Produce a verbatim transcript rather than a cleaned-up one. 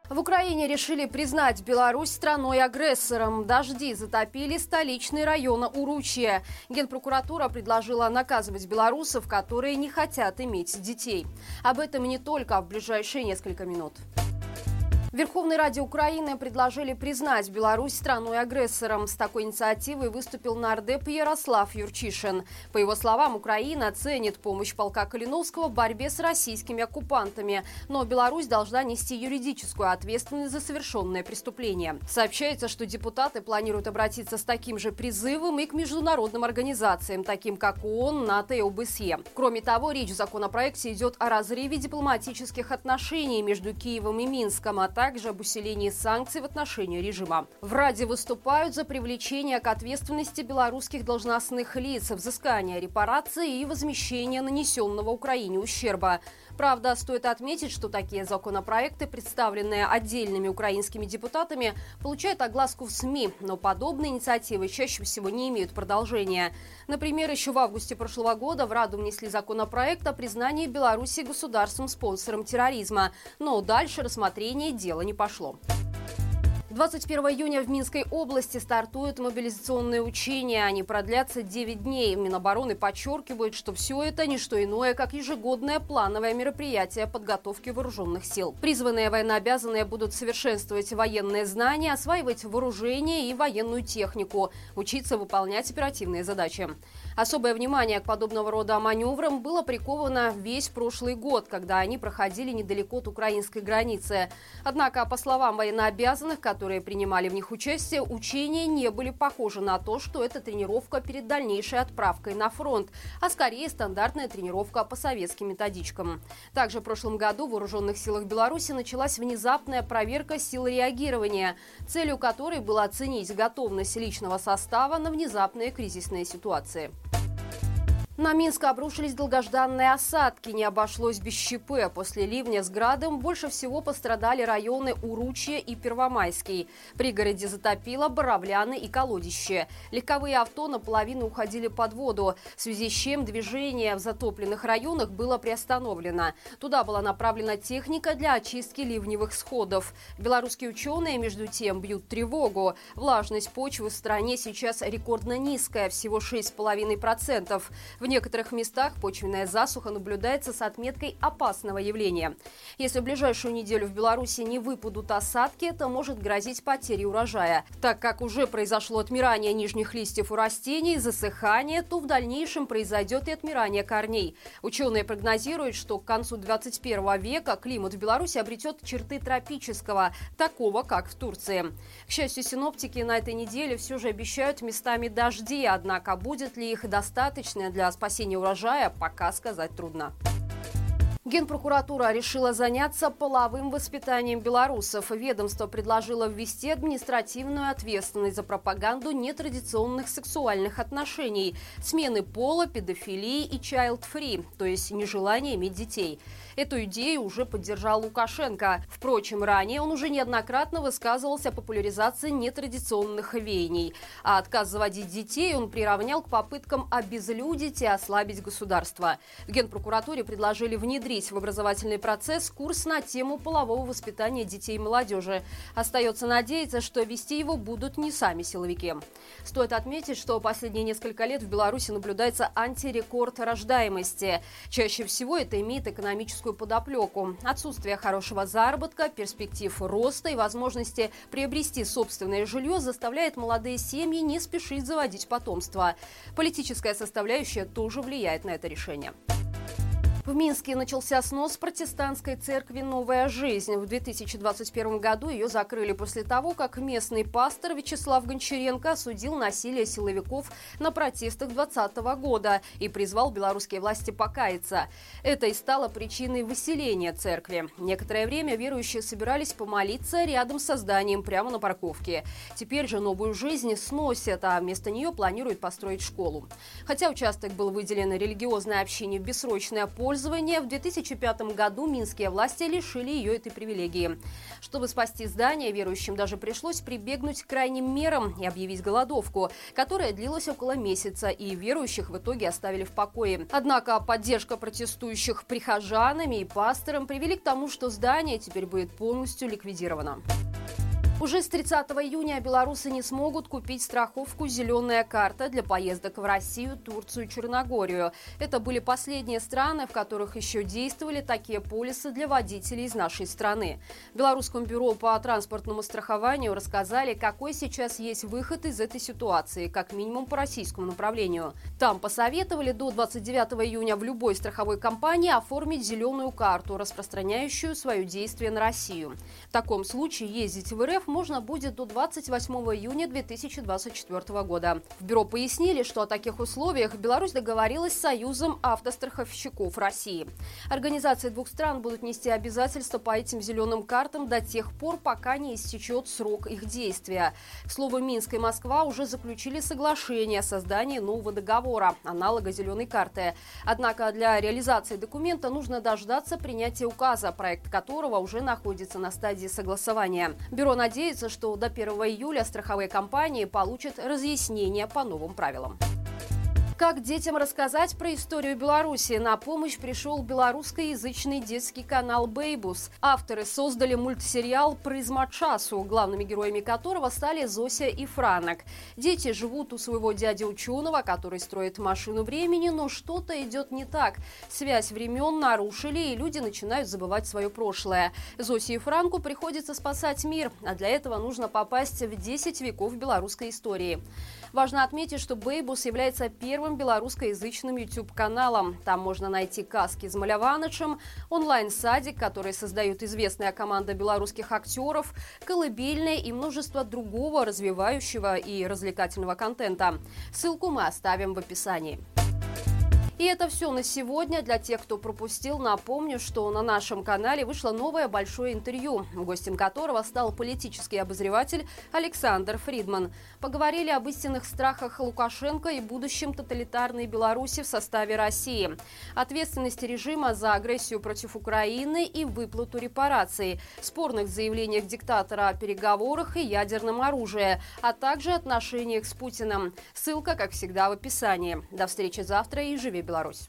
В Украине решили признать Беларусь страной-агрессором. Дожди затопили столичные районы Уручья. Генпрокуратура предложила наказывать белорусов, которые не хотят иметь детей. Об этом и не только в ближайшие несколько минут. В Верховной Раде Украины предложили признать Беларусь страной-агрессором. С такой инициативой выступил нардеп Ярослав Юрчишин. По его словам, Украина ценит помощь полка Калиновского в борьбе с российскими оккупантами. Но Беларусь должна нести юридическую ответственность за совершенное преступление. Сообщается, что депутаты планируют обратиться с таким же призывом и к международным организациям, таким как ООН, НАТО и ОБСЕ. Кроме того, речь в законопроекте идет о разрыве дипломатических отношений между Киевом и Минском, а также также об усилении санкций в отношении режима. В Раде выступают за привлечение к ответственности белорусских должностных лиц, взыскание репараций и возмещение нанесенного Украине ущерба. Правда, стоит отметить, что такие законопроекты, представленные отдельными украинскими депутатами, получают огласку в СМИ, но подобные инициативы чаще всего не имеют продолжения. Например, еще в августе прошлого года в Раду внесли законопроект о признании Беларуси государством-спонсором терроризма, но дальше рассмотрение дела не пошло. двадцать первого июня в Минской области стартуют мобилизационные учения. Они продлятся девять дней. Минобороны подчеркивает, что все это не что иное, как ежегодное плановое мероприятие подготовки вооруженных сил. Призванные военнообязанные будут совершенствовать военные знания, осваивать вооружение и военную технику, учиться выполнять оперативные задачи. Особое внимание к подобного рода маневрам было приковано весь прошлый год, когда они проходили недалеко от украинской границы. Однако, по словам военнообязанных, которые принимали в них участие, учения не были похожи на то, что это тренировка перед дальнейшей отправкой на фронт, а скорее стандартная тренировка по советским методичкам. Также в прошлом году в Вооруженных силах Беларуси началась внезапная проверка сил реагирования, целью которой было оценить готовность личного состава на внезапные кризисные ситуации. На Минск обрушились долгожданные осадки. Не обошлось без ЧП. После ливня с градом больше всего пострадали районы Уручья и Первомайский. В пригороде затопило Боровляны и Колодище. Легковые авто наполовину уходили под воду, в связи с чем движение в затопленных районах было приостановлено. Туда была направлена техника для очистки ливневых сходов. Белорусские ученые, между тем, бьют тревогу. Влажность почвы в стране сейчас рекордно низкая, всего шесть целых пять десятых процента. В некоторых местах почвенная засуха наблюдается с отметкой опасного явления. Если в ближайшую неделю в Беларуси не выпадут осадки, это может грозить потерей урожая. Так как уже произошло отмирание нижних листьев у растений, засыхание, то в дальнейшем произойдет и отмирание корней. Ученые прогнозируют, что к концу двадцать первого века климат в Беларуси обретет черты тропического, такого, как в Турции. К счастью, синоптики на этой неделе все же обещают местами дожди, однако будет ли их достаточно для спасения урожая, пока сказать трудно. Генпрокуратура решила заняться половым воспитанием белорусов. Ведомство предложило ввести административную ответственность за пропаганду нетрадиционных сексуальных отношений, смены пола, педофилии и child-free, то есть нежелание иметь детей. Эту идею уже поддержал Лукашенко. Впрочем, ранее он уже неоднократно высказывался о популяризации нетрадиционных веяний. А отказ заводить детей он приравнял к попыткам обезлюдить и ослабить государство. В Генпрокуратуре предложили внедрить в образовательный процесс курс на тему полового воспитания детей и молодежи. Остается надеяться, что вести его будут не сами силовики. Стоит отметить, что последние несколько лет в Беларуси наблюдается антирекорд рождаемости. Чаще всего это имеет экономическую подоплеку. Отсутствие хорошего заработка, перспектив роста и возможности приобрести собственное жилье заставляет молодые семьи не спешить заводить потомство. Политическая составляющая тоже влияет на это решение. В Минске начался снос протестантской церкви «Новая жизнь». В две тысячи двадцать первом году ее закрыли после того, как местный пастор Вячеслав Гончаренко осудил насилие силовиков на протестах двадцатого года и призвал белорусские власти покаяться. Это и стало причиной выселения церкви. Некоторое время верующие собирались помолиться рядом со зданием прямо на парковке. Теперь же «Новую жизнь» сносят, а вместо нее планируют построить школу. Хотя участок был выделен религиозной общине в бессрочное пользование, пользования, в две тысячи пятом году минские власти лишили ее этой привилегии. Чтобы спасти здание, верующим даже пришлось прибегнуть к крайним мерам и объявить голодовку, которая длилась около месяца, и верующих в итоге оставили в покое. Однако поддержка протестующих прихожанами и пастором привели к тому, что здание теперь будет полностью ликвидировано. Уже с тридцатого июня белорусы не смогут купить страховку «Зеленая карта» для поездок в Россию, Турцию и Черногорию. Это были последние страны, в которых еще действовали такие полисы для водителей из нашей страны. В Белорусском бюро по транспортному страхованию рассказали, какой сейчас есть выход из этой ситуации, как минимум по российскому направлению. Там посоветовали до двадцать девятого июня в любой страховой компании оформить «Зеленую карту», распространяющую свое действие на Россию. В таком случае ездить в РФ можно будет до двадцать восьмого июня две тысячи двадцать четвёртого года. В бюро пояснили, что о таких условиях Беларусь договорилась с Союзом автостраховщиков России. Организации двух стран будут нести обязательства по этим зеленым картам до тех пор, пока не истечет срок их действия. К слову, Минск и Москва уже заключили соглашение о создании нового договора, аналога зеленой карты. Однако для реализации документа нужно дождаться принятия указа, проект которого уже находится на стадии согласования. Бюро надеется, Надеется, что до первого июля страховые компании получат разъяснения по новым правилам. Как детям рассказать про историю Беларуси? На помощь пришел белорусскоязычный детский канал «Бейбус». Авторы создали мультсериал «Призма часу», главными героями которого стали Зося и Франок. Дети живут у своего дяди-ученого, который строит машину времени, но что-то идет не так. Связь времен нарушили, и люди начинают забывать свое прошлое. Зосе и Франку приходится спасать мир, а для этого нужно попасть в десять веков белорусской истории. Важно отметить, что «Бейбус» является первым белорусскоязычным YouTube-каналом. Там можно найти каски с Маляванычем, онлайн-садик, который создает известная команда белорусских актеров, колыбельные и множество другого развивающего и развлекательного контента. Ссылку мы оставим в описании. И это все на сегодня. Для тех, кто пропустил, напомню, что на нашем канале вышло новое большое интервью, гостем которого стал политический обозреватель Александр Фридман. Поговорили об истинных страхах Лукашенко и будущем тоталитарной Беларуси в составе России, ответственности режима за агрессию против Украины и выплату репараций, спорных заявлениях диктатора о переговорах и ядерном оружии, а также отношениях с Путиным. Ссылка, как всегда, в описании. До встречи завтра и живи Беларусь!